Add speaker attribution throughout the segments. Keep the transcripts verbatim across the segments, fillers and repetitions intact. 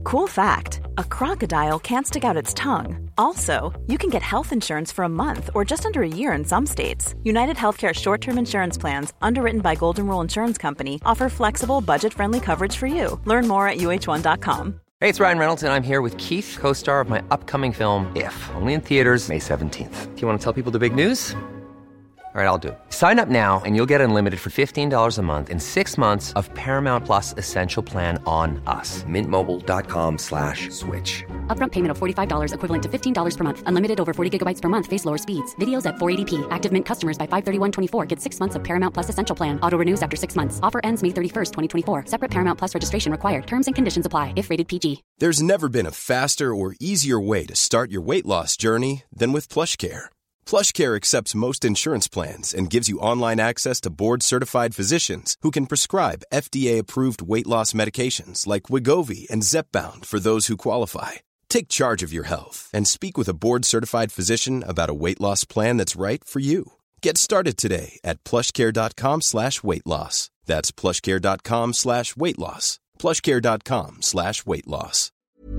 Speaker 1: Cool fact, a crocodile can't stick out its tongue. Also, you can get health insurance for a month or just under a year in some states. United Healthcare short-term insurance plans, underwritten by Golden Rule Insurance Company, offer flexible, budget-friendly coverage for you. Learn more at U H one dot com.
Speaker 2: Hey, it's Ryan Reynolds, and I'm here with Keith, co-star of my upcoming film, If, only in theaters May seventeenth. Do you want to tell people the big news? All right, I'll do it. Sign up now and you'll get unlimited for fifteen dollars a month and six months of Paramount Plus Essential Plan on us. Mint Mobile dot com slash switch.
Speaker 3: Upfront payment of forty-five dollars equivalent to fifteen dollars per month. Unlimited over forty gigabytes per month. Face lower speeds. Videos at four eighty p. Active Mint customers by five thirty-one twenty-four get six months of Paramount Plus Essential Plan. Auto renews after six months. Offer ends May thirty-first, twenty twenty-four. Separate Paramount Plus registration required. Terms and conditions apply if rated P G.
Speaker 4: There's never been a faster or easier way to start your weight loss journey than with PlushCare. PlushCare accepts most insurance plans and gives you online access to board-certified physicians who can prescribe F D A-approved weight loss medications like Wegovy and Zepbound for those who qualify. Take charge of your health and speak with a board-certified physician about a weight loss plan that's right for you. Get started today at plushcare.com slash weight loss. That's plushcare.com slash weight loss. plushcare.com slash weight loss.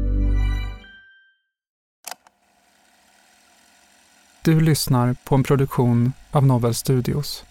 Speaker 5: Du lyssnar på en produktion av Novel Studios.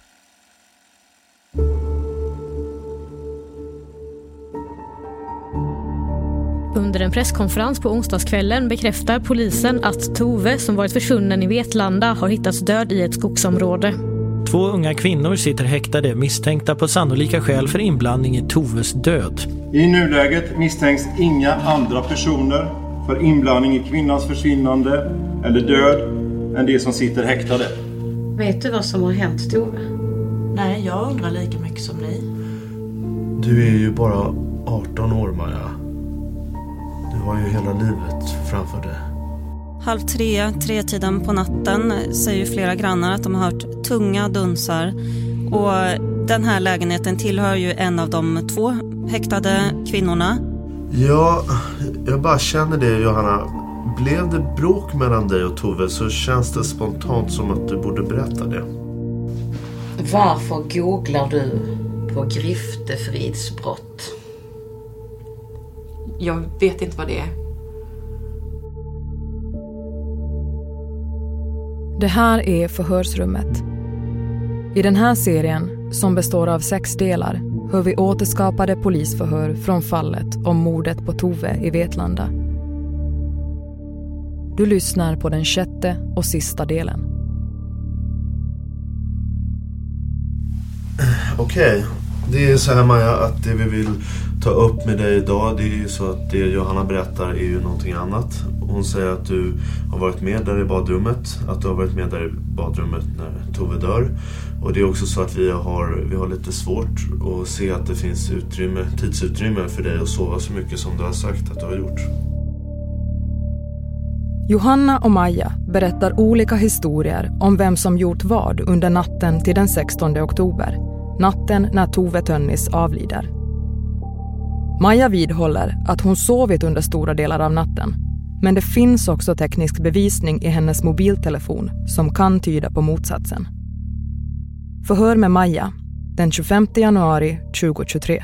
Speaker 6: Under en presskonferens på onsdagskvällen bekräftar polisen att Tove, som varit försvunnen i Vetlanda, har hittats död i ett skogsområde.
Speaker 7: Två unga kvinnor sitter häktade misstänkta på sannolika skäl för inblandning i Toves död.
Speaker 8: I nuläget misstänks inga andra personer för inblandning i kvinnans försvinnande eller död än de som sitter häktade.
Speaker 9: Vet du vad som har hänt, Tove?
Speaker 10: Nej, jag undrar lika mycket som ni.
Speaker 11: Du är ju bara arton år, Maja. Du har ju hela livet framför dig.
Speaker 12: Halv tre, tre tiden på natten säger flera grannar att de har hört tunga dunsar. Och den här lägenheten tillhör ju en av de två häktade kvinnorna.
Speaker 11: Ja, jag bara känner det, Johanna. Blev det bråk mellan dig och Tove så känns det spontant som att du borde berätta det.
Speaker 9: Varför googlar du på griftefridsbrott?
Speaker 10: Jag vet inte vad det är.
Speaker 13: Det här är Förhörsrummet. I den här serien, som består av sex delar, hör vi återskapade polisförhör från fallet om mordet på Tove i Vetlanda. Du lyssnar på den sjätte och sista delen.
Speaker 11: Okej, det är så här, Maja, att det vi vill ta upp med dig idag, det är ju så att det Johanna berättar är ju någonting annat. Hon säger att du har varit med där i badrummet, att du har varit med där i badrummet när Tove dör. Och det är också så att vi har, vi har lite svårt att se att det finns utrymme, tidsutrymme för dig att sova så mycket som du har sagt att du har gjort.
Speaker 13: Johanna och Maja berättar olika historier om vem som gjort vad under natten till den sextonde oktober. Natten när Tove Tönnis avlider. Maja vidhåller att hon sovit under stora delar av natten. Men det finns också teknisk bevisning i hennes mobiltelefon som kan tyda på motsatsen. Förhör med Maja den tjugofemte januari tjugohundratjugotre.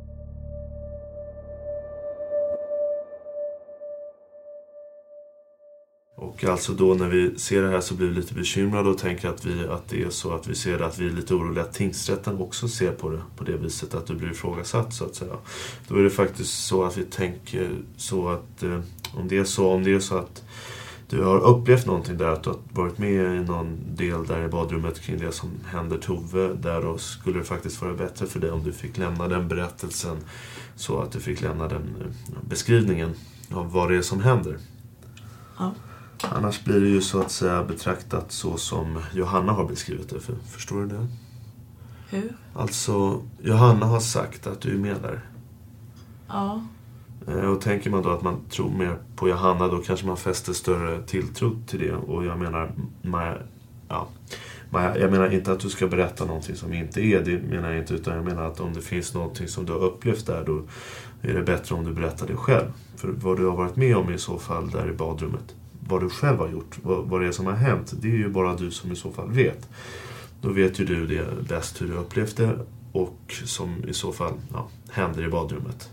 Speaker 11: Och alltså då när vi ser det här så blir vi lite bekymrade och tänker att, vi, att det är så att vi ser att vi är lite oroliga att tingsrätten också ser på det på det viset att du blir ifrågasatt, så att säga. Då är det faktiskt så att vi tänker så att eh, om det är så om det är så att du har upplevt någonting där, att du har varit med i någon del där i badrummet kring det som händer Tove där, då skulle det faktiskt vara bättre för dig om du fick lämna den berättelsen, så att du fick lämna den beskrivningen av vad det är som händer.
Speaker 10: Ja.
Speaker 11: Annars blir det ju så att säga betraktat så som Johanna har beskrivit det. För, förstår du det?
Speaker 10: Hur?
Speaker 11: Alltså, Johanna har sagt att du är med där.
Speaker 10: Ja.
Speaker 11: Och tänker man då att man tror mer på Johanna, då kanske man fäster större tilltro till det. Och jag menar, Maja, ja, Maja, jag menar inte att du ska berätta någonting som inte är det, menar jag inte, utan jag menar att om det finns någonting som du har upplevt där, då är det bättre om du berättar det själv. För vad du har varit med om i så fall där i badrummet, vad du själv har gjort, vad, vad det är som har hänt, det är ju bara du som i så fall vet. Då vet ju du det bäst hur du upplevt det och som i så fall ja, händer i badrummet.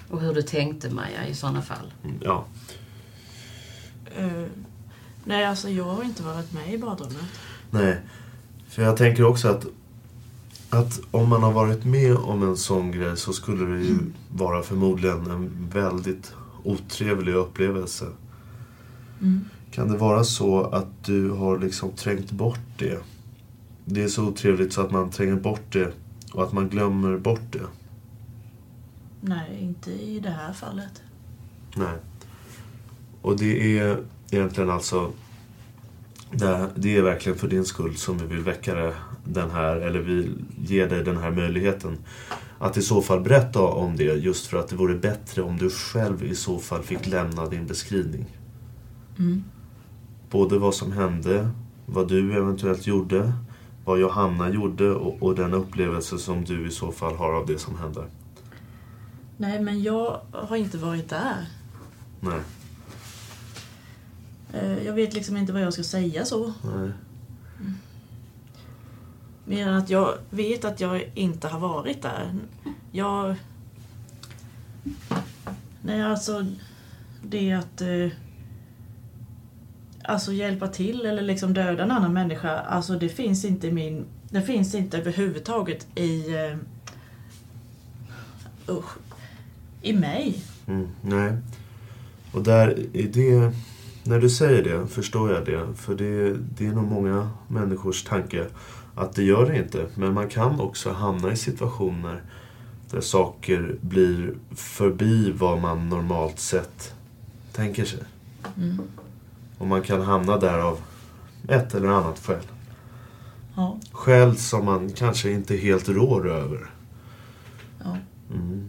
Speaker 9: Och hur du tänkte, Maja, i sådana fall?
Speaker 11: Ja.
Speaker 10: Uh, nej, alltså jag har inte varit med i badrummet.
Speaker 11: Nej, för jag tänker också att att om man har varit med om en sån grej så skulle det ju mm. vara förmodligen en väldigt otrevlig upplevelse.
Speaker 10: Mm.
Speaker 11: Kan det vara så att du har liksom trängt bort det? Det är så otrevligt så att man tränger bort det och att man glömmer bort det.
Speaker 10: Nej, inte i det här fallet.
Speaker 11: Nej. Och det är egentligen alltså det, det är verkligen för din skull som vi vill väcka den här, eller vi ger dig den här möjligheten att i så fall berätta om det, just för att det vore bättre om du själv i så fall fick lämna din beskrivning.
Speaker 10: Mm.
Speaker 11: Både vad som hände, vad du eventuellt gjorde, vad Johanna gjorde och, och den upplevelse som du i så fall har av det som hände.
Speaker 10: Nej, men jag har inte varit där.
Speaker 11: Nej.
Speaker 10: Jag vet liksom inte vad jag ska säga så.
Speaker 11: Nej.
Speaker 10: Mm. Mer än att jag vet att jag inte har varit där. Jag... Nej, alltså... Det att... Eh, alltså hjälpa till eller liksom döda en annan människa. Alltså det finns inte i min... Det finns inte överhuvudtaget i... Eh, usch, i mig.
Speaker 11: Mm, nej. Och där i det... När du säger det förstår jag det. För det, det är nog många människors tanke att det gör det inte. Men man kan också hamna i situationer där saker blir förbi vad man normalt sett tänker sig.
Speaker 10: Mm.
Speaker 11: Och man kan hamna där av ett eller annat skäl.
Speaker 10: Ja.
Speaker 11: Skäl som man kanske inte helt rår över.
Speaker 10: Ja.
Speaker 11: Mm.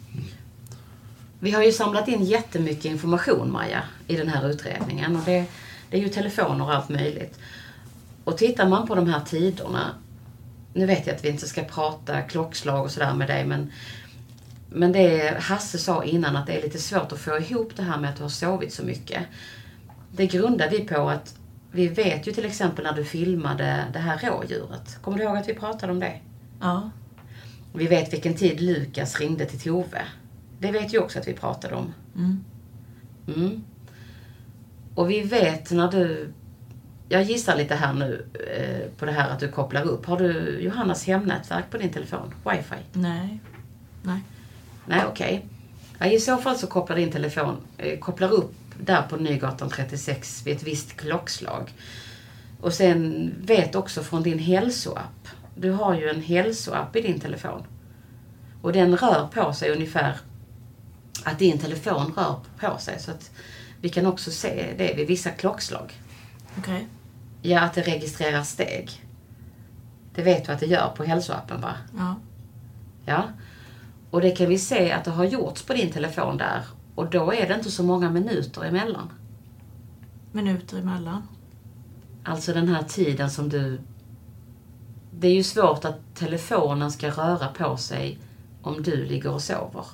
Speaker 9: Vi har ju samlat in jättemycket information, Maja, i den här utredningen. Och det, det är ju telefoner och allt möjligt. Och tittar man på de här tiderna... Nu vet jag att vi inte ska prata klockslag och sådär med dig, men... Men det Hasse sa innan, att det är lite svårt att få ihop det här med att du har sovit så mycket. Det grundar vi på att... Vi vet ju till exempel när du filmade det här rådjuret. Kommer du ihåg att vi pratade om det?
Speaker 10: Ja.
Speaker 9: Vi vet vilken tid Lukas ringde till Tove. Det vet ju också att vi pratade om.
Speaker 10: Mm.
Speaker 9: Mm. Och vi vet när du... Jag gissar lite här nu eh, på det här att du kopplar upp. Har du Johannas hemnätverk på din telefon? Wifi?
Speaker 10: Nej. Nej.
Speaker 9: Nej, okej. Okay. Ja, i så fall så kopplar din telefon... Eh, kopplar upp där på Nygatan trettiosex vid ett visst klockslag. Och sen vet också från din hälsoapp. Du har ju en hälsoapp i din telefon. Och den rör på sig ungefär... Att din telefon rör på sig. Så att vi kan också se det vid vissa klockslag.
Speaker 10: Okej. Okay.
Speaker 9: Ja, att det registrerar steg. Det vet du att det gör på hälsoappen, va?
Speaker 10: Ja.
Speaker 9: Ja. Och det kan vi se att det har gjorts på din telefon där. Och då är det inte så många minuter emellan.
Speaker 10: Minuter emellan?
Speaker 9: Alltså den här tiden som du... Det är ju svårt att telefonen ska röra på sig om du ligger och sover.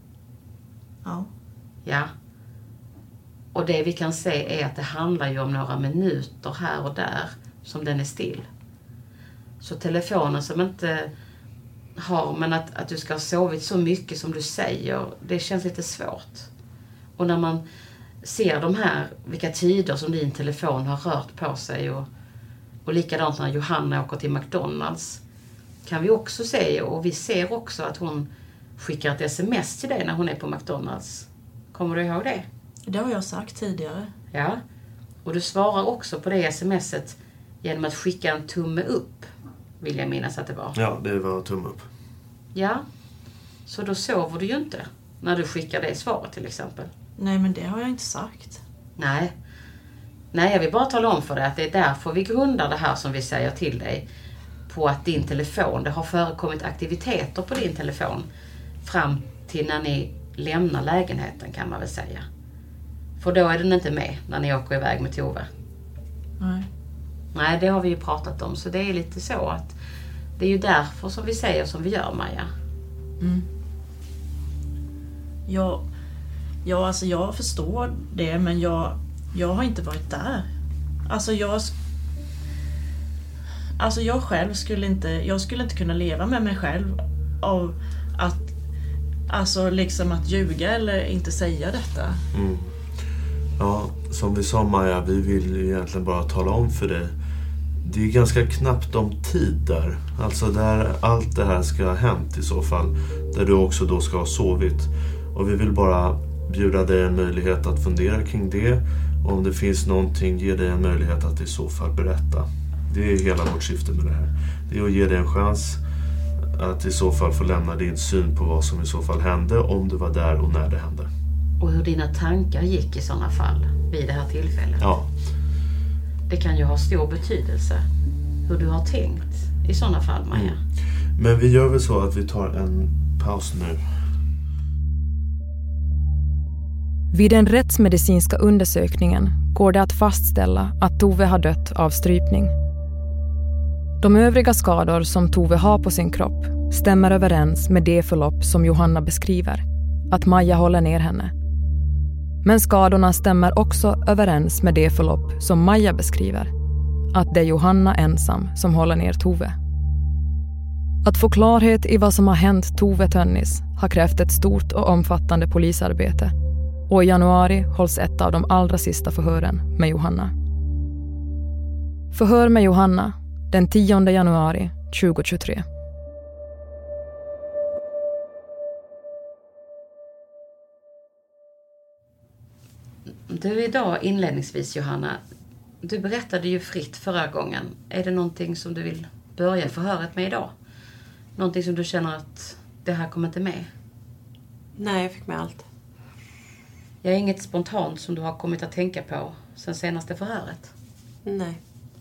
Speaker 10: Ja.
Speaker 9: Ja. Och det vi kan se är att det handlar ju om några minuter här och där som den är still. Så telefonen som inte har, men att, att du ska ha sovit så mycket som du säger, det känns lite svårt. Och när man ser de här, vilka tider som din telefon har rört på sig och, och likadant när Johanna åker till McDonalds kan vi också se, och vi ser också att hon skickar ett sms till dig när hon är på McDonalds. Kommer du ihåg det?
Speaker 10: Det har jag sagt tidigare.
Speaker 9: Ja. Och du svarar också på det smset genom att skicka en tumme upp. Vill jag minnas att det var.
Speaker 11: Ja, det var tumme upp.
Speaker 9: Ja. Så då sover du ju inte när du skickar det svaret till exempel.
Speaker 10: Nej, men det har jag inte sagt.
Speaker 9: Nej. Nej, jag vill bara tala om för dig att det är därför vi grundar det här som vi säger till dig. På att din telefon, det har förekommit aktiviteter på din telefon fram till när ni lämnar lägenheten, kan man väl säga. För då är den inte med när ni åker iväg med Tove.
Speaker 10: Nej.
Speaker 9: Nej, det har vi ju pratat om. Så det är lite så att det är ju därför som vi säger som vi gör, Maja.
Speaker 10: Mm. Ja, ja, alltså jag förstår det, men jag, jag har inte varit där. Alltså jag... Alltså jag själv skulle inte... Jag skulle inte kunna leva med mig själv av att... Alltså liksom att ljuga eller inte säga detta.
Speaker 11: Mm. Ja, som vi sa Maja, vi vill ju egentligen bara tala om för dig. Det är ganska knappt om tid där. Alltså där allt det här ska ha hänt i så fall. Där du också då ska ha sovit. Och vi vill bara bjuda dig en möjlighet att fundera kring det. Och om det finns någonting, ge dig en möjlighet att i så fall berätta. Det är hela vårt syfte med det här. Det är att ge dig en chans att i så fall få lämna din syn på vad som i så fall hände, om du var där och när det hände.
Speaker 9: Och hur dina tankar gick i sådana fall vid det här tillfället.
Speaker 11: Ja.
Speaker 9: Det kan ju ha stor betydelse hur du har tänkt i sådana fall, Maja. Mm.
Speaker 11: Men vi gör väl så att vi tar en paus nu.
Speaker 13: Vid den rättsmedicinska undersökningen går det att fastställa att Tove har dött av strypning. De övriga skador som Tove har på sin kropp stämmer överens med det förlopp som Johanna beskriver, att Maja håller ner henne. Men skadorna stämmer också överens med det förlopp som Maja beskriver, att det är Johanna ensam som håller ner Tove. Att få klarhet i vad som har hänt Tove Tönnis har krävt ett stort och omfattande polisarbete, och i januari hålls ett av de allra sista förhören med Johanna. Förhör med Johanna den tionde januari tjugohundratjugotre.
Speaker 9: Du, idag inledningsvis, Johanna, du berättade ju fritt förra gången. Är det någonting som du vill börja förhöret med idag? Någonting som du känner att det här kommer inte med?
Speaker 14: Nej, jag fick med allt.
Speaker 9: Jag är inget spontant som du har kommit att tänka på sen senaste förhöret?
Speaker 14: Nej.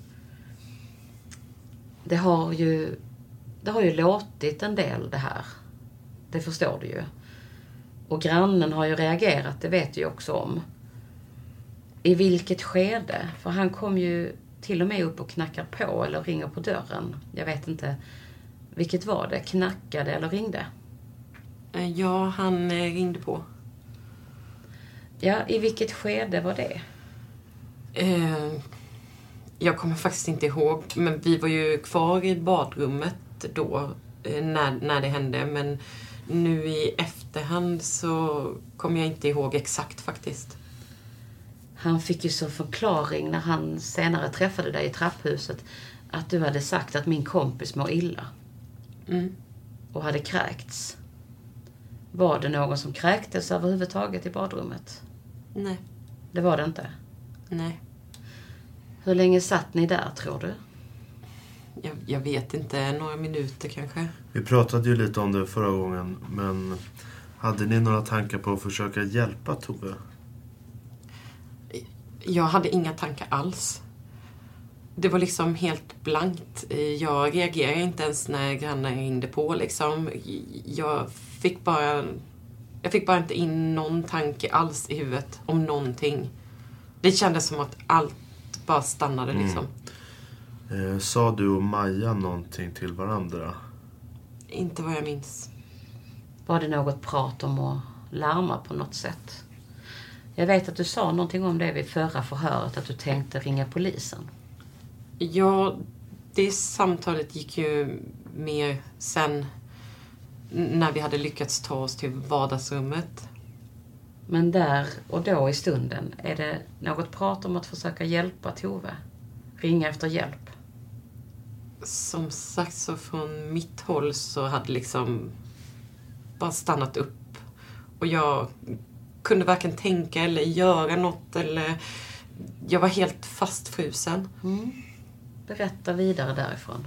Speaker 9: Det har ju, det har ju låtit en del det här. Det förstår du ju. Och grannen har ju reagerat, det vet du ju också om. I vilket skede? För han kom ju till och med upp och knackar på eller ringer på dörren. Jag vet inte. Vilket var det? Knackade eller ringde?
Speaker 14: Ja, han ringde på.
Speaker 9: Ja, i vilket skede var det?
Speaker 14: Eh, jag kommer faktiskt inte ihåg. Men vi var ju kvar i badrummet då eh, när, när det hände. Men nu i efterhand så kommer jag inte ihåg exakt faktiskt.
Speaker 9: Han fick ju som förklaring när han senare träffade dig i trapphuset att du hade sagt att min kompis mår illa.
Speaker 14: Mm.
Speaker 9: Och hade kräkts. Var det någon som kräktes överhuvudtaget i badrummet?
Speaker 14: Nej.
Speaker 9: Det var det inte?
Speaker 14: Nej.
Speaker 9: Hur länge satt ni där, tror du?
Speaker 14: Jag, jag vet inte, några minuter kanske.
Speaker 11: Vi pratade ju lite om det förra gången, men hade ni några tankar på att försöka hjälpa Tove?
Speaker 14: Jag hade inga tankar alls. Det var liksom helt blankt. Jag reagerade inte ens när grannen ringde på liksom. Jag fick bara jag fick bara inte in någon tanke alls i huvudet om någonting. Det kändes som att allt bara stannade liksom.
Speaker 11: Mm. Eh, sa du och Maja någonting till varandra?
Speaker 14: Inte vad jag minns.
Speaker 9: Var det något prat om att larma på något sätt? Jag vet att du sa någonting om det vid förra förhöret, att du tänkte ringa polisen.
Speaker 14: Ja, det samtalet gick ju mer sen när vi hade lyckats ta oss till vardagsrummet.
Speaker 9: Men där och då i stunden, är det något prat om att försöka hjälpa Tove? Ringa efter hjälp?
Speaker 14: Som sagt, så från mitt håll så hade liksom bara stannat upp. Och jag kunde varken tänka eller göra något, eller jag var helt fastfrusen.
Speaker 9: Mm. Berätta vidare därifrån.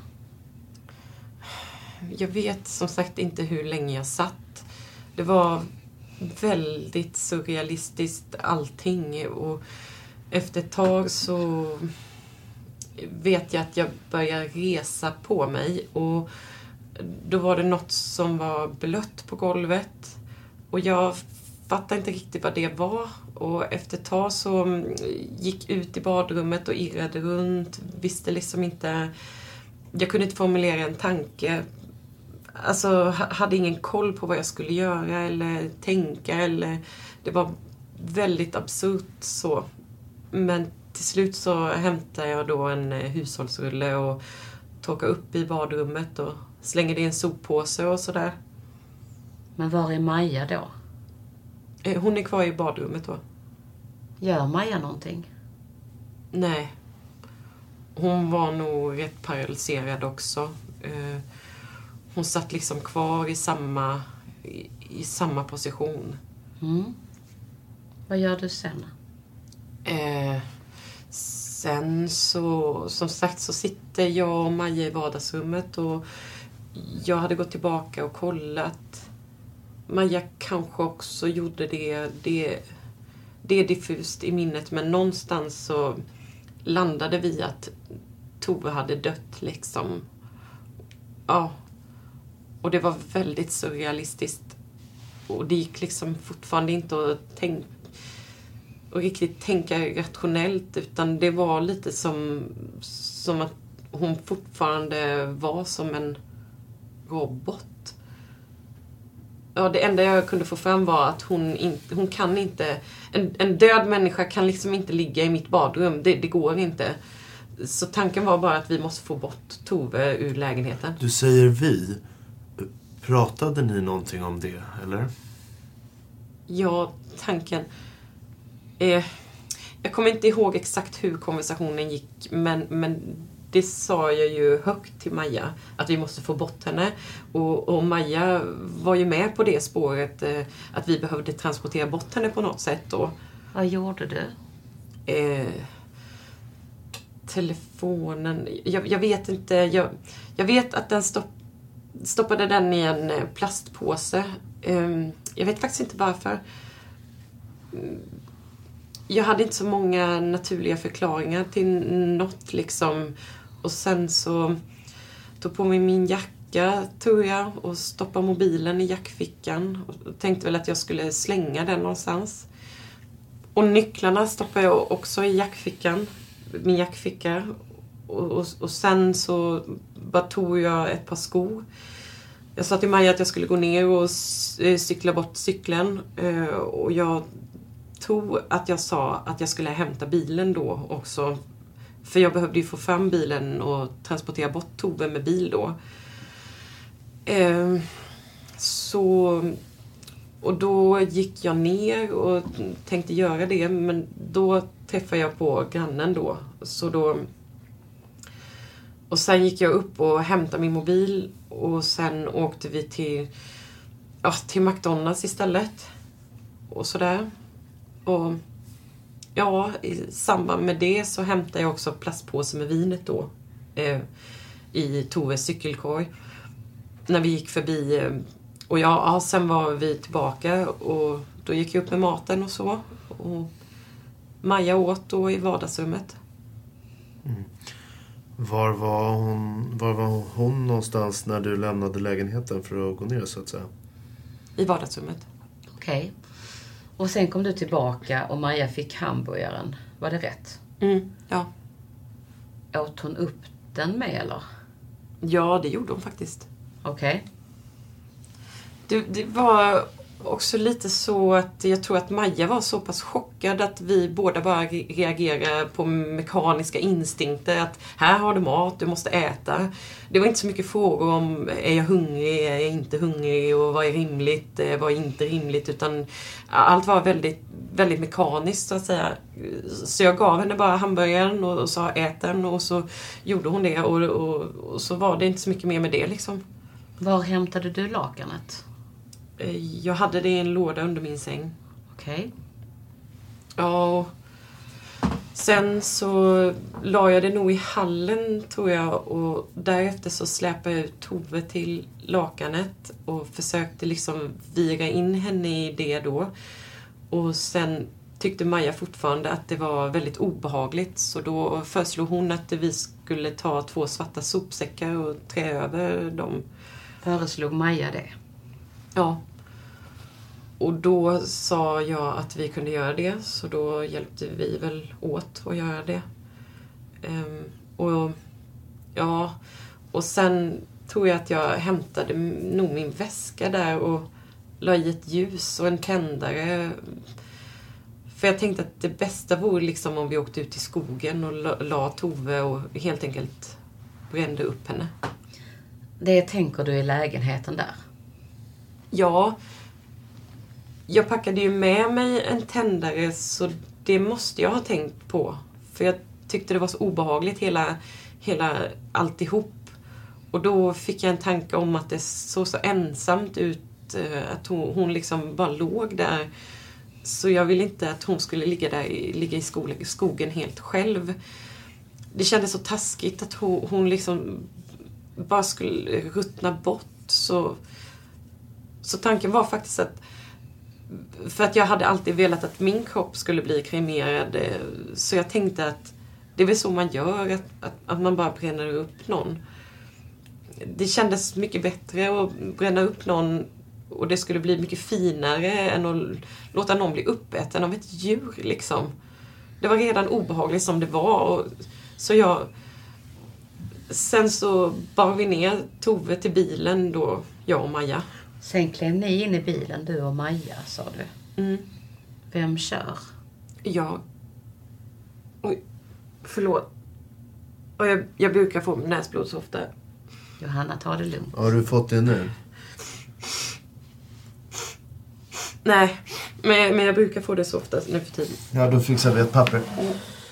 Speaker 14: Jag vet som sagt inte hur länge jag satt. Det var väldigt surrealistiskt allting, och efter ett tag så vet jag att jag började resa på mig, och då var det något som var blött på golvet, och jag fattade inte riktigt vad det var. Och efter ett tag så gick ut i badrummet och irrade runt. Visste liksom inte... Jag kunde inte formulera en tanke. Alltså, hade ingen koll på vad jag skulle göra eller tänka. Eller, det var väldigt absurt så. Men till slut så hämtade jag då en hushållsrulle och torkade upp i badrummet och slängde det i en soppåse och sådär.
Speaker 9: Men var är Maja då?
Speaker 14: Hon är kvar i badrummet då.
Speaker 9: Gör Maja någonting?
Speaker 14: Nej. Hon var nog rätt paralyserad också. Hon satt liksom kvar i samma, i, i samma position.
Speaker 9: Mm. Vad gör du sen?
Speaker 14: Eh, sen så, som sagt, så sitter jag och Maja i vardagsrummet och jag hade gått tillbaka och kollat. Maja kanske också gjorde det. Det, det är diffust i minnet, men någonstans så landade vi att Tove hade dött liksom. Ja. Och det var väldigt surrealistiskt. Och det gick liksom fortfarande inte att tänka och riktigt tänka rationellt, utan det var lite som som att hon fortfarande var som en robot. Ja, det enda jag kunde få fram var att hon inte, hon kan inte, en, en död människa kan liksom inte ligga i mitt badrum, det, det går inte. Så tanken var bara att vi måste få bort Tove ur lägenheten.
Speaker 11: Du säger vi. Pratade ni någonting om det, eller?
Speaker 14: Ja, tanken. Eh, jag kommer inte ihåg exakt hur konversationen gick, men, men det sa jag ju högt till Maja, att vi måste få bort henne. Och, och Maja var ju med på det spåret, eh, att vi behövde transportera bort henne på något sätt. Och,
Speaker 9: vad gjorde du?
Speaker 14: Eh, telefonen, jag, jag vet inte, jag, jag vet att den stopp, stoppade den i en plastpåse. Eh, jag vet faktiskt inte varför. Jag hade inte så många naturliga förklaringar till något liksom. Och sen så tog på mig min jacka, tror jag, och stoppade mobilen i jackfickan. Och tänkte väl att jag skulle slänga den någonstans. Och nycklarna stoppade jag också i jackfickan, min jackficka. Och, och, och sen så bara tog jag ett par skor. Jag sa till Maja att jag skulle gå ner och cykla bort cykeln. Och jag tror att jag sa att jag skulle hämta bilen då också. För jag behövde ju få fram bilen och transportera bort Tove med bil då. Så... Och då gick jag ner och tänkte göra det. Men då träffade jag på grannen då. Så då... Och sen gick jag upp och hämtade min mobil. Och sen åkte vi till, ja, till McDonalds istället. Och sådär. Och ja, i samband med det så hämtade jag också plastpåse med vinet då. Eh, I Toves cykelkorg. När vi gick förbi... Eh, och ja, ja, sen var vi tillbaka. Och då gick jag upp med maten och så. Och Maja åt då i vardagsrummet.
Speaker 11: Mm. Var var hon, var var hon någonstans när du lämnade lägenheten för att gå ner så att säga?
Speaker 14: I vardagsrummet.
Speaker 9: Okej. Okay. Och sen kom du tillbaka och Maja fick hamburgaren. Var det rätt?
Speaker 14: Mm, ja.
Speaker 9: Åt hon upp den med eller?
Speaker 14: Ja, det gjorde hon faktiskt.
Speaker 9: Okej. Okay.
Speaker 14: Det, det var också lite så att jag tror att Maja var så pass chockad att vi båda bara reagerade på mekaniska instinkter. Att här har du mat, du måste äta. Det var inte så mycket frågor om är jag hungrig, är jag inte hungrig och vad är rimligt, vad är inte rimligt. Utan allt var väldigt, väldigt mekaniskt så att säga. Så jag gav henne bara hamburgaren och, och sa ät den och så gjorde hon det. Och, och, och så var det inte så mycket mer med det liksom.
Speaker 9: Var hämtade du lakanet?
Speaker 14: Jag hade det i en låda under min säng.
Speaker 9: Okej. Okay.
Speaker 14: Ja. Sen så la jag det nog i hallen tror jag. Och därefter så släpade jag ut Tove till lakanet. Och försökte liksom vira in henne i det då. Och sen tyckte Maja fortfarande att det var väldigt obehagligt. Så då föreslog hon att vi skulle ta två svarta sopsäckar och trä över dem.
Speaker 9: Föreslog Maja det?
Speaker 14: Ja. Och då sa jag att vi kunde göra det. Så då hjälpte vi väl åt att göra det. Um, och ja. Och sen tror jag att jag hämtade nog min väska där. Och la i ett ljus och en tändare. För jag tänkte att det bästa vore liksom om vi åkte ut i skogen. Och la, la Tove och helt enkelt brände upp henne.
Speaker 9: Det tänker du i lägenheten där?
Speaker 14: Ja, jag packade ju med mig en tändare, så det måste jag ha tänkt på. För jag tyckte det var så obehagligt hela, hela alltihop. Och då fick jag en tanke om att det såg så ensamt ut, att hon, hon liksom bara låg där. Så jag ville inte att hon skulle ligga där, ligga i skogen, skogen helt själv. Det kändes så taskigt att hon, hon liksom bara skulle ruttna bort. Så, så tanken var faktiskt att, för att jag hade alltid velat att min kropp skulle bli kremerad. Så jag tänkte att det är väl så man gör, att, att, att man bara bränner upp någon. Det kändes mycket bättre att bränna upp någon, och det skulle bli mycket finare än att låta någon bli uppäten av ett djur liksom. Det var redan obehagligt som det var, och så jag sen så bar vi ner Tove till bilen då, jag och Maja.
Speaker 9: Sen klev ni in i bilen, du och Maja, sa du.
Speaker 14: Mm.
Speaker 9: Vem kör?
Speaker 14: Jag. Oj, förlåt. Och jag, jag brukar få näsblod så ofta.
Speaker 9: Johanna, ta det lugnt.
Speaker 11: Har du fått det nu?
Speaker 14: Nej, men, men jag brukar få det så ofta nu för tiden.
Speaker 11: Ja, då fixar vi ett papper.
Speaker 14: Mm.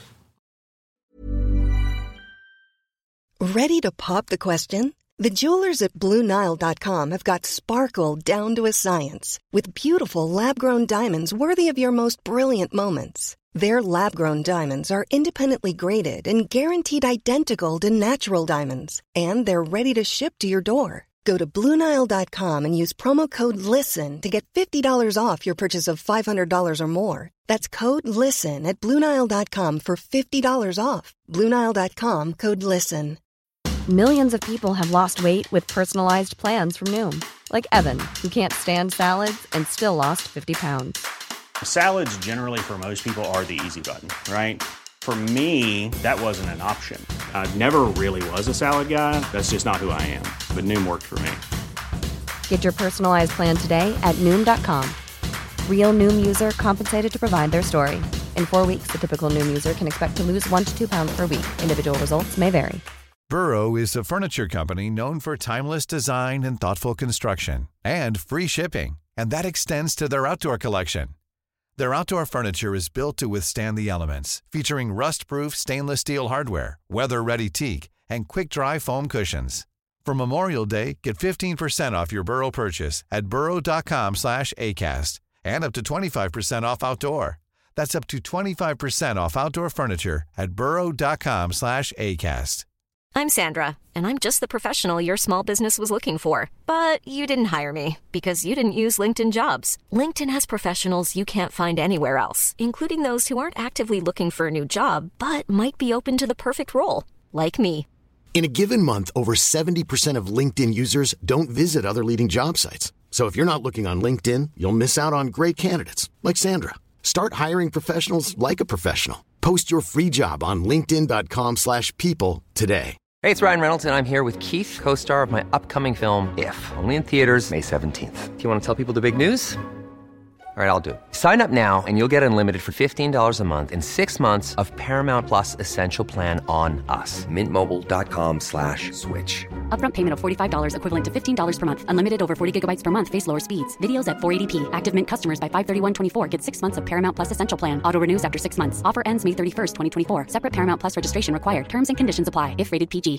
Speaker 15: Ready to pop the question? The jewelers at Blue Nile dot com have got sparkle down to a science with beautiful lab-grown diamonds worthy of your most brilliant moments. Their lab-grown diamonds are independently graded and guaranteed identical to natural diamonds, and they're ready to ship to your door. Go to Blue Nile dot com and use promo code LISTEN to get fifty dollars off your purchase of five hundred dollars or more. That's code LISTEN at Blue Nile dot com for fifty dollars off. Blue Nile dot com, code LISTEN.
Speaker 16: Millions of people have lost weight with personalized plans from Noom. Like Evan, who can't stand salads and still lost fifty pounds.
Speaker 17: Salads generally for most people are the easy button, right? For me, that wasn't an option. I never really was a salad guy. That's just not who I am. But Noom worked for me.
Speaker 16: Get your personalized plan today at Noom dot com. Real Noom user compensated to provide their story. In four weeks, the typical Noom user can expect to lose one to two pounds per week. Individual results may vary.
Speaker 18: Burrow is a furniture company known for timeless design and thoughtful construction, and free shipping, and that extends to their outdoor collection. Their outdoor furniture is built to withstand the elements, featuring rust-proof stainless steel hardware, weather-ready teak, and quick-dry foam cushions. For Memorial Day, get fifteen percent off your Burrow purchase at burrow dot com slash acast, and up to twenty-five percent off outdoor. That's up to twenty-five percent off outdoor furniture at burrow dot com slash acast.
Speaker 19: I'm Sandra, and I'm just the professional your small business was looking for. But you didn't hire me because you didn't use LinkedIn Jobs. LinkedIn has professionals you can't find anywhere else, including those who aren't actively looking for a new job, but might be open to the perfect role, like me.
Speaker 20: In a given month, over seventy percent of LinkedIn users don't visit other leading job sites. So if you're not looking on LinkedIn, you'll miss out on great candidates, like Sandra. Start hiring professionals like a professional. Post your free job on linkedin dot com slash people today.
Speaker 2: Hey, it's Ryan Reynolds, and I'm here with Keith, co-star of my upcoming film, If, only in theaters May seventeenth. Do you want to tell people the big news? All right, I'll do it. Sign up now and you'll get unlimited for fifteen dollars a month and six months of Paramount Plus Essential Plan on us. Mint Mobile dot com slash switch.
Speaker 3: Upfront payment of forty-five dollars equivalent to fifteen dollars per month. Unlimited over forty gigabytes per month. Face lower speeds. Videos at four eighty p. Active Mint customers by five thirty-one twenty-four get six months of Paramount Plus Essential Plan. Auto renews after six months. Offer ends May thirty-first, twenty twenty-four. Separate Paramount Plus registration required. Terms and conditions apply if rated P G.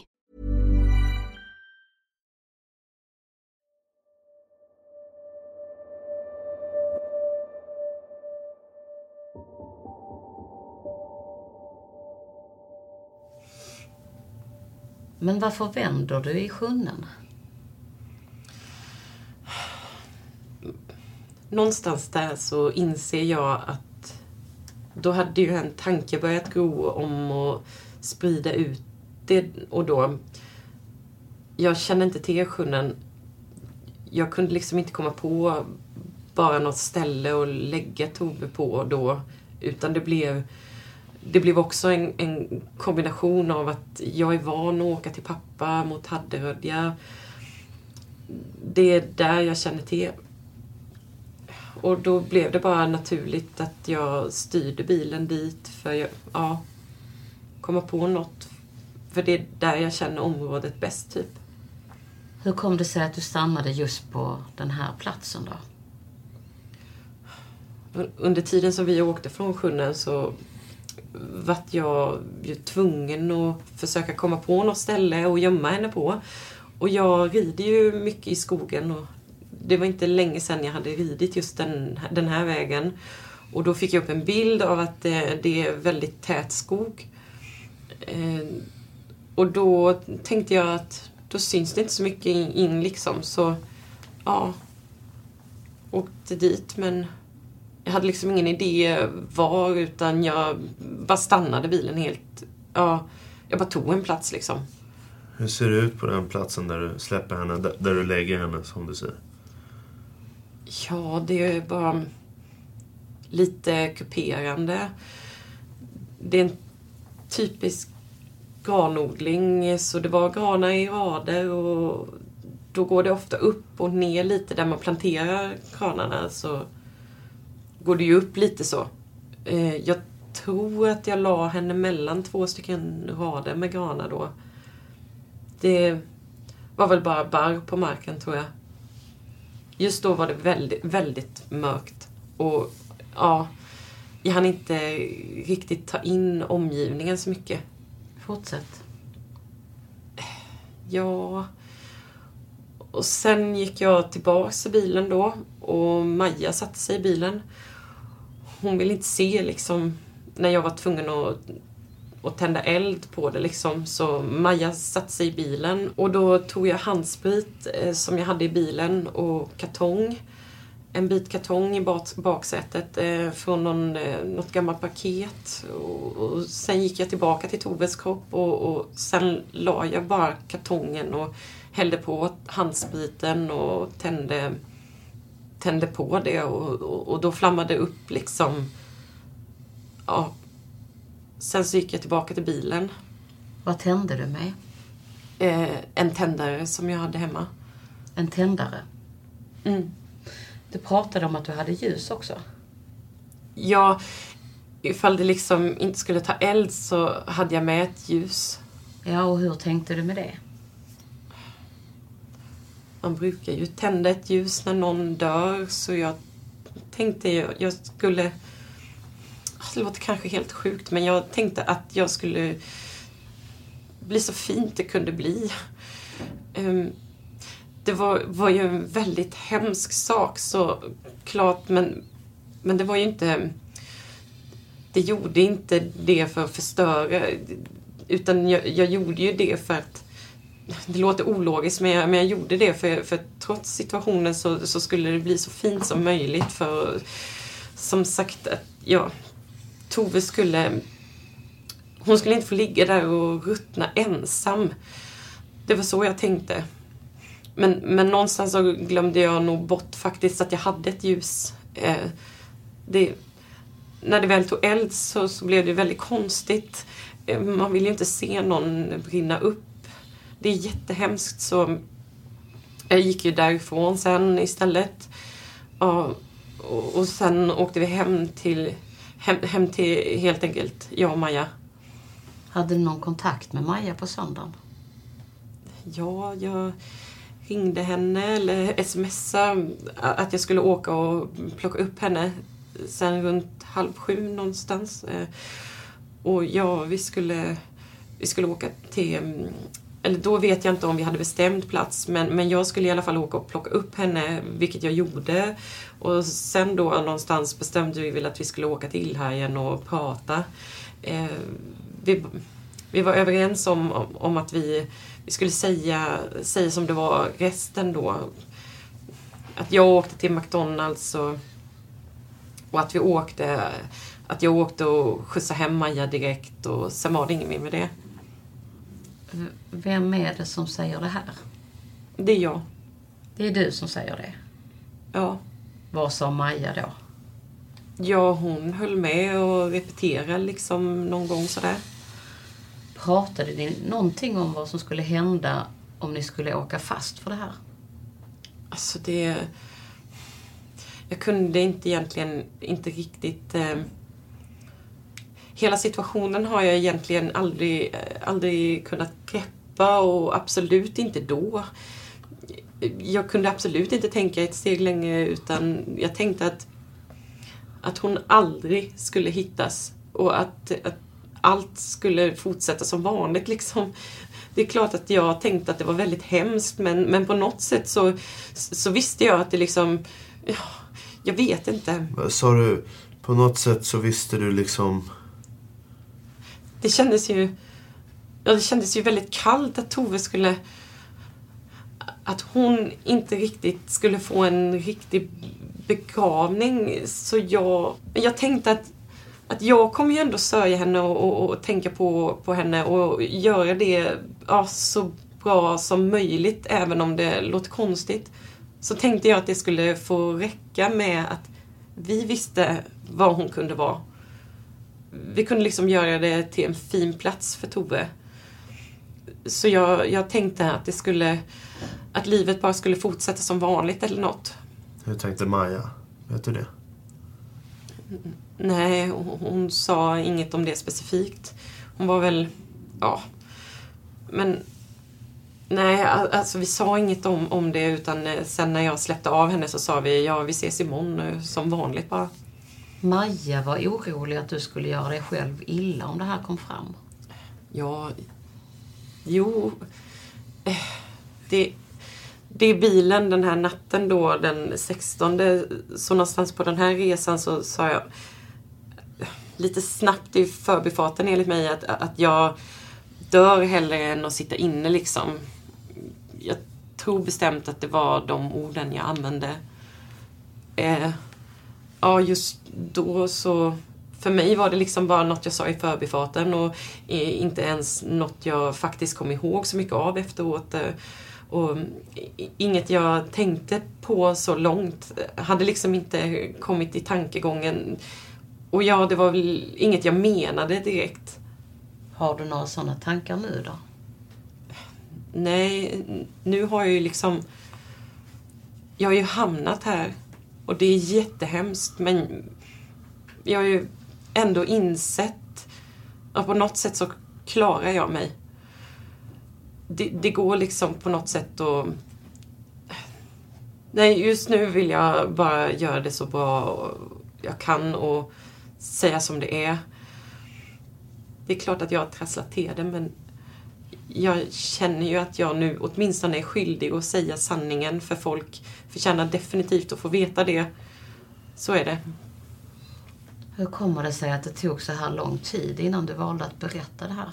Speaker 9: Men varför vänder du i sjunnen?
Speaker 14: Någonstans där så inser jag att då hade ju en tanke börjat gro om att sprida ut det. Och då, jag känner inte till sjunnen. Jag kunde liksom inte komma på bara något ställe och lägga Tove på då. Utan det blev... Det blev också en, en kombination av att jag är van att åka till pappa mot Hadderödja. Det är där jag känner till. Och då blev det bara naturligt att jag styrde bilen dit för att ja, komma på något. För det är där jag känner området bäst typ.
Speaker 9: Hur kom det sig att du stannade just på den här platsen då?
Speaker 14: Under tiden som vi åkte från Sjunnen så var jag ju tvungen att försöka komma på något ställe och gömma henne på. Och jag rider ju mycket i skogen och det var inte länge sedan jag hade ridit just den, den här vägen. Och då fick jag upp en bild av att det, det är väldigt tät skog. Eh, och då tänkte jag att då syns det inte så mycket in, in liksom. Så ja, åkte dit men jag hade liksom ingen idé var utan jag bara stannade bilen helt. Ja, jag bara tog en plats liksom.
Speaker 11: Hur ser det ut på den platsen där du släpper henne, där, där du lägger henne som du säger?
Speaker 14: Ja, det är bara lite kuperande. Det är en typisk granodling så det var granar i rader och då går det ofta upp och ner lite där man planterar granarna så går det ju upp lite så. Jag tror att jag la henne mellan två stycken rader med granar då. Det var väl bara barr på marken tror jag. Just då var det väldigt, väldigt mörkt. Och ja, jag hann inte riktigt ta in omgivningen så mycket.
Speaker 9: Fortsätt.
Speaker 14: Ja. Och sen gick jag tillbaka i bilen då. Och Maja satte sig i bilen. Hon ville inte se liksom när jag var tvungen att, att tända eld på det liksom. Så Maja satte sig i bilen. Och då tog jag handsprit eh, som jag hade i bilen och kartong. En bit kartong i bak, baksätet eh, från någon, eh, något gammalt paket. Och, och sen gick jag tillbaka till Toves kropp och, och sen la jag bara kartongen och hällde på handspriten och tände, tände på det. Och, och, och då flammade det upp liksom. Ja. Sen så gick jag tillbaka till bilen.
Speaker 9: Vad tände du med?
Speaker 14: Eh, en tändare som jag hade hemma.
Speaker 9: En tändare?
Speaker 14: Mm.
Speaker 9: Du pratade om att du hade ljus också.
Speaker 14: Ja, ifall det liksom inte skulle ta eld så hade jag med ett ljus.
Speaker 9: Ja, och hur tänkte du med det?
Speaker 14: Man brukar ju tända ett ljus när någon dör. Så jag tänkte jag, jag skulle... Det låter kanske helt sjukt, men jag tänkte att jag skulle bli så fint det kunde bli. Um, det var, var ju en väldigt hemsk sak, så klart, men, men det var ju inte... Det gjorde inte det för att förstöra, utan jag, jag gjorde ju det för att... Det låter ologiskt, men jag, men jag gjorde det för, för trots situationen så, så skulle det bli så fint som möjligt. För som sagt, att ja, Tove skulle... Hon skulle inte få ligga där och ruttna ensam. Det var så jag tänkte. Men, men någonstans så glömde jag nog bort faktiskt att jag hade ett ljus. Eh, det, när det väl tog eld så, så blev det väldigt konstigt. Eh, man vill ju inte se någon brinna upp. Det är jättehemskt, så jag gick ju därifrån sen istället. Och, och, och sen åkte vi hem till, hem, hem till helt enkelt jag och Maja.
Speaker 9: Hade du någon kontakt med Maja på söndagen?
Speaker 14: Ja, jag ringde henne eller smsade att jag skulle åka och plocka upp henne sen runt halv sju någonstans. Och ja, vi skulle, vi skulle åka till... Eller då vet jag inte om vi hade bestämt plats. Men, men jag skulle i alla fall åka och plocka upp henne. Vilket jag gjorde. Och sen då någonstans bestämde vi väl att vi skulle åka till här igen och prata. Eh, vi, vi var överens om, om, om att vi, vi skulle säga, säga som det var resten då. Att jag åkte till McDonalds. Och, och att vi åkte... Att jag åkte och skjutsade hem Maja direkt. Och sen var det inget mer med det.
Speaker 9: Vem är det som säger det här?
Speaker 14: Det är jag.
Speaker 9: Det är du som säger det?
Speaker 14: Ja.
Speaker 9: Vad sa Maja då?
Speaker 14: Ja, hon höll med och repeterade liksom någon gång sådär.
Speaker 9: Pratade ni någonting om vad som skulle hända om ni skulle åka fast för det här?
Speaker 14: Alltså det... Jag kunde inte egentligen inte riktigt... Eh... Hela situationen har jag egentligen aldrig, aldrig kunnat greppa, och absolut inte då. jag kunde absolut inte tänka ett steg längre, utan jag tänkte att, att hon aldrig skulle hittas och att, att allt skulle fortsätta som vanligt liksom. Det är klart att jag tänkte att det var väldigt hemskt, men, men på något sätt så, så visste jag att det liksom, ja, jag vet inte.
Speaker 11: Sa du, på något sätt så visste du liksom...
Speaker 14: Det kändes ju, ja, det kändes ju väldigt kallt att Tove skulle, att hon inte riktigt skulle få en riktig begravning. Så jag, jag tänkte att, att jag kommer ju ändå sörja henne och, och, och tänka på, på henne och göra det, ja, så bra som möjligt, även om det låter konstigt. Så tänkte jag att det skulle få räcka med att vi visste vad hon kunde vara. Vi kunde liksom göra det till en fin plats för Tove. Så jag, jag tänkte att det skulle, att livet bara skulle fortsätta som vanligt eller något.
Speaker 11: Hur tänkte Maja? Vet du det?
Speaker 14: Nej, hon, hon sa inget om det specifikt. Hon var väl, ja, men nej, alltså vi sa inget om, om det, utan sen när jag släppte av henne så sa vi, ja, vi ses imorgon som vanligt bara.
Speaker 9: Maja var orolig att du skulle göra dig själv illa om det här kom fram.
Speaker 14: Ja, jo, det, det är bilen den här natten då, den sextonde, så någonstans på den här resan så sa jag lite snabbt i förbifarten enligt mig att, att jag dör hellre än att sitta inne liksom. Jag tror bestämt att det var de orden jag använde. Eh, ja, just då så, för mig var det liksom bara något jag sa i förbifarten och eh, inte ens något jag faktiskt kom ihåg så mycket av efteråt. Eh, och inget jag tänkte på så långt, hade liksom inte kommit i tankegången. Och ja, det var väl inget jag menade direkt.
Speaker 9: Har du några sådana tankar nu då?
Speaker 14: Nej, nu har jag ju liksom, jag har ju hamnat här och det är jättehemskt, men jag har ju ändå insett att på något sätt så klarar jag mig. Det, det går liksom på något sätt att, nej, just nu vill jag bara göra det så bra jag kan och säga som det är. Det är klart att jag har trasslat till det, men jag känner ju att jag nu åtminstone är skyldig att säga sanningen, för folk förtjänar definitivt att få veta det. Så är det.
Speaker 9: Hur kommer det sig att det tog så här lång tid innan du valde att berätta det här?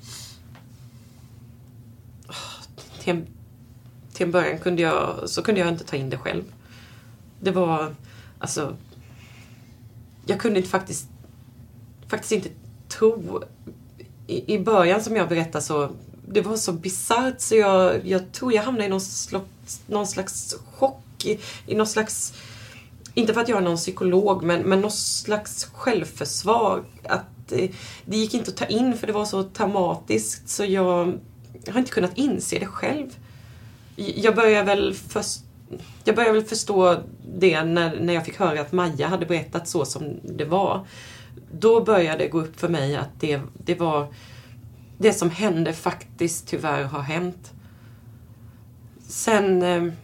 Speaker 14: Till en, till en början kunde jag, så kunde jag inte ta in det själv. Det var, alltså, jag kunde inte faktiskt, faktiskt inte tro. I, i början som jag berättade så, det var så bizarrt så jag, jag tror jag hamnade i någon slags, någon slags chock, i, i någon slags, inte för att jag är någon psykolog, men, men någon slags självförsvar. Att det, det gick inte att ta in för det var så traumatiskt, så jag, jag har inte kunnat inse det själv. Jag började väl först, jag började väl förstå det när, när jag fick höra att Maja hade berättat så som det var. Då började det gå upp för mig att det, det var det som hände faktiskt tyvärr har hänt. Sen eh,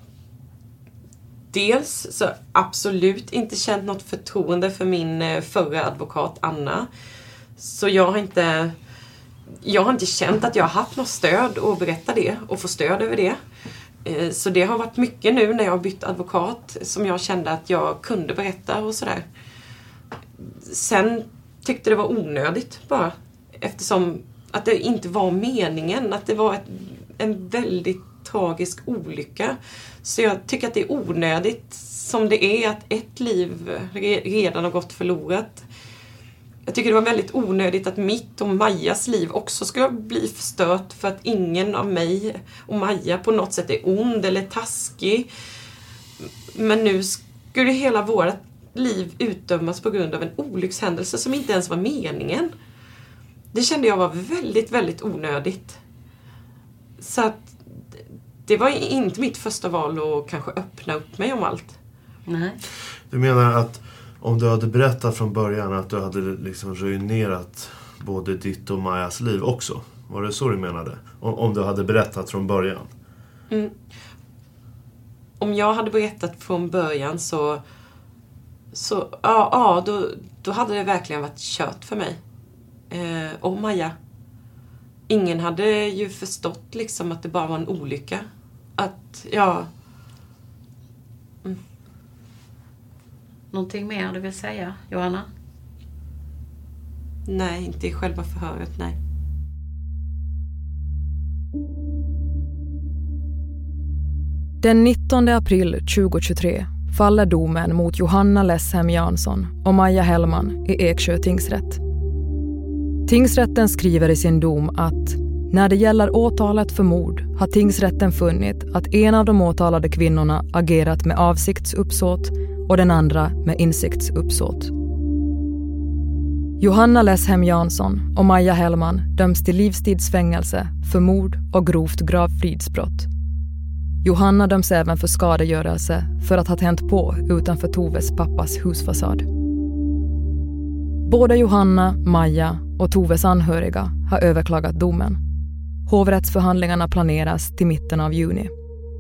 Speaker 14: dels så absolut inte känt något förtroende för min eh, förra advokat Anna. Så jag har inte jag har inte känt att jag har haft något stöd att berätta det och få stöd över det. Eh, så det har varit mycket nu när jag har bytt advokat som jag kände att jag kunde berätta och sådär. Sen tyckte det var onödigt bara, eftersom att det inte var meningen, att det var ett, en väldigt tragisk olycka. Så jag tycker att det är onödigt som det är att ett liv redan har gått förlorat. Jag tycker det var väldigt onödigt att mitt och Majas liv också ska bli förstört för att ingen av mig och Maja på något sätt är ond eller taskig. Men nu skulle hela vårt liv utdömas på grund av en olyckshändelse som inte ens var meningen. Det kände jag var väldigt, väldigt onödigt. Så att det var inte mitt första val att kanske öppna upp mig om allt.
Speaker 9: Nej.
Speaker 11: Du menar att om du hade berättat från början att du hade liksom ruinerat både ditt och Majas liv också? Var det så du menade? Om, om du hade berättat från början?
Speaker 14: Mm. om jag hade berättat från början så, så ja, ja då, då hade det verkligen varit kört för mig. Eh, och Maja. Ingen hade ju förstått liksom att det bara var en olycka. Att, ja... Mm.
Speaker 9: Någonting mer du vill säga, Johanna?
Speaker 14: Nej, inte i själva förhöret, nej.
Speaker 13: Den nittonde april tjugohundratjugotre faller domen mot Johanna Lesshem Jansson och Maja Hellman i Eksjö tingsrätt. Tingsrätten skriver i sin dom att när det gäller åtalet för mord har tingsrätten funnit att en av de åtalade kvinnorna agerat med avsiktsuppsåt och den andra med insiktsuppsåt. Johanna Lesshem Jansson och Maja Hellman döms till livstidsfängelse för mord och grovt gravfridsbrott. Johanna döms även för skadegörelse för att ha tänt på utanför Toves pappas husfasad. Både Johanna, Maja och Toves anhöriga har överklagat domen. Hovrättsförhandlingarna planeras till mitten av juni.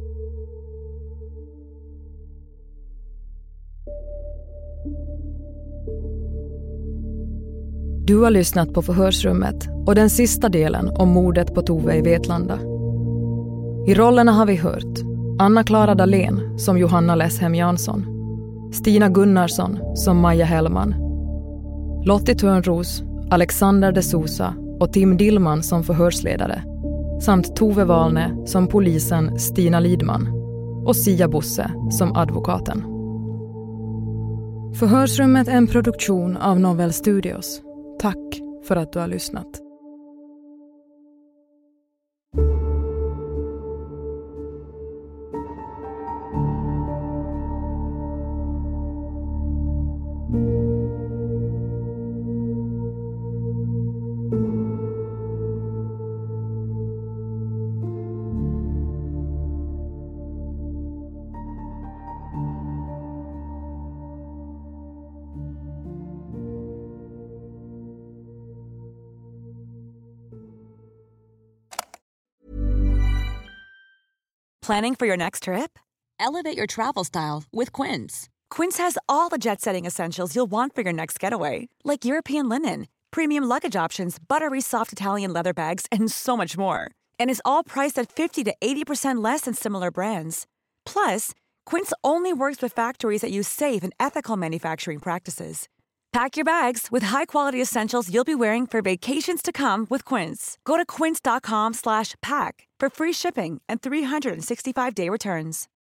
Speaker 13: Du har lyssnat på Förhörsrummet och den sista delen om mordet på Tove i Vetlanda. I rollerna har vi hört Anna-Klara Dahlén som Johanna Lesshem Jansson, Stina Gunnarsson som Maja Hellman, Lottie Törnros, Alexander de Sousa och Tim Dillman som förhörsledare, samt Tove Wahlne som polisen Stina Lidman och Sia Bosse som advokaten. Förhörsrummet är en produktion av Novell Studios. Tack för att du har lyssnat.
Speaker 21: Planning for your next trip? Elevate your travel style with Quince. Quince has all the jet-setting essentials you'll want for your next getaway, like European linen, premium luggage options, buttery soft Italian leather bags, and so much more. And is all priced at fifty to eighty percent less than similar brands. Plus, Quince only works with factories that use safe and ethical manufacturing practices. Pack your bags with high-quality essentials you'll be wearing for vacations to come with Quince. Go to quince.com slash pack for free shipping and three sixty-five day returns.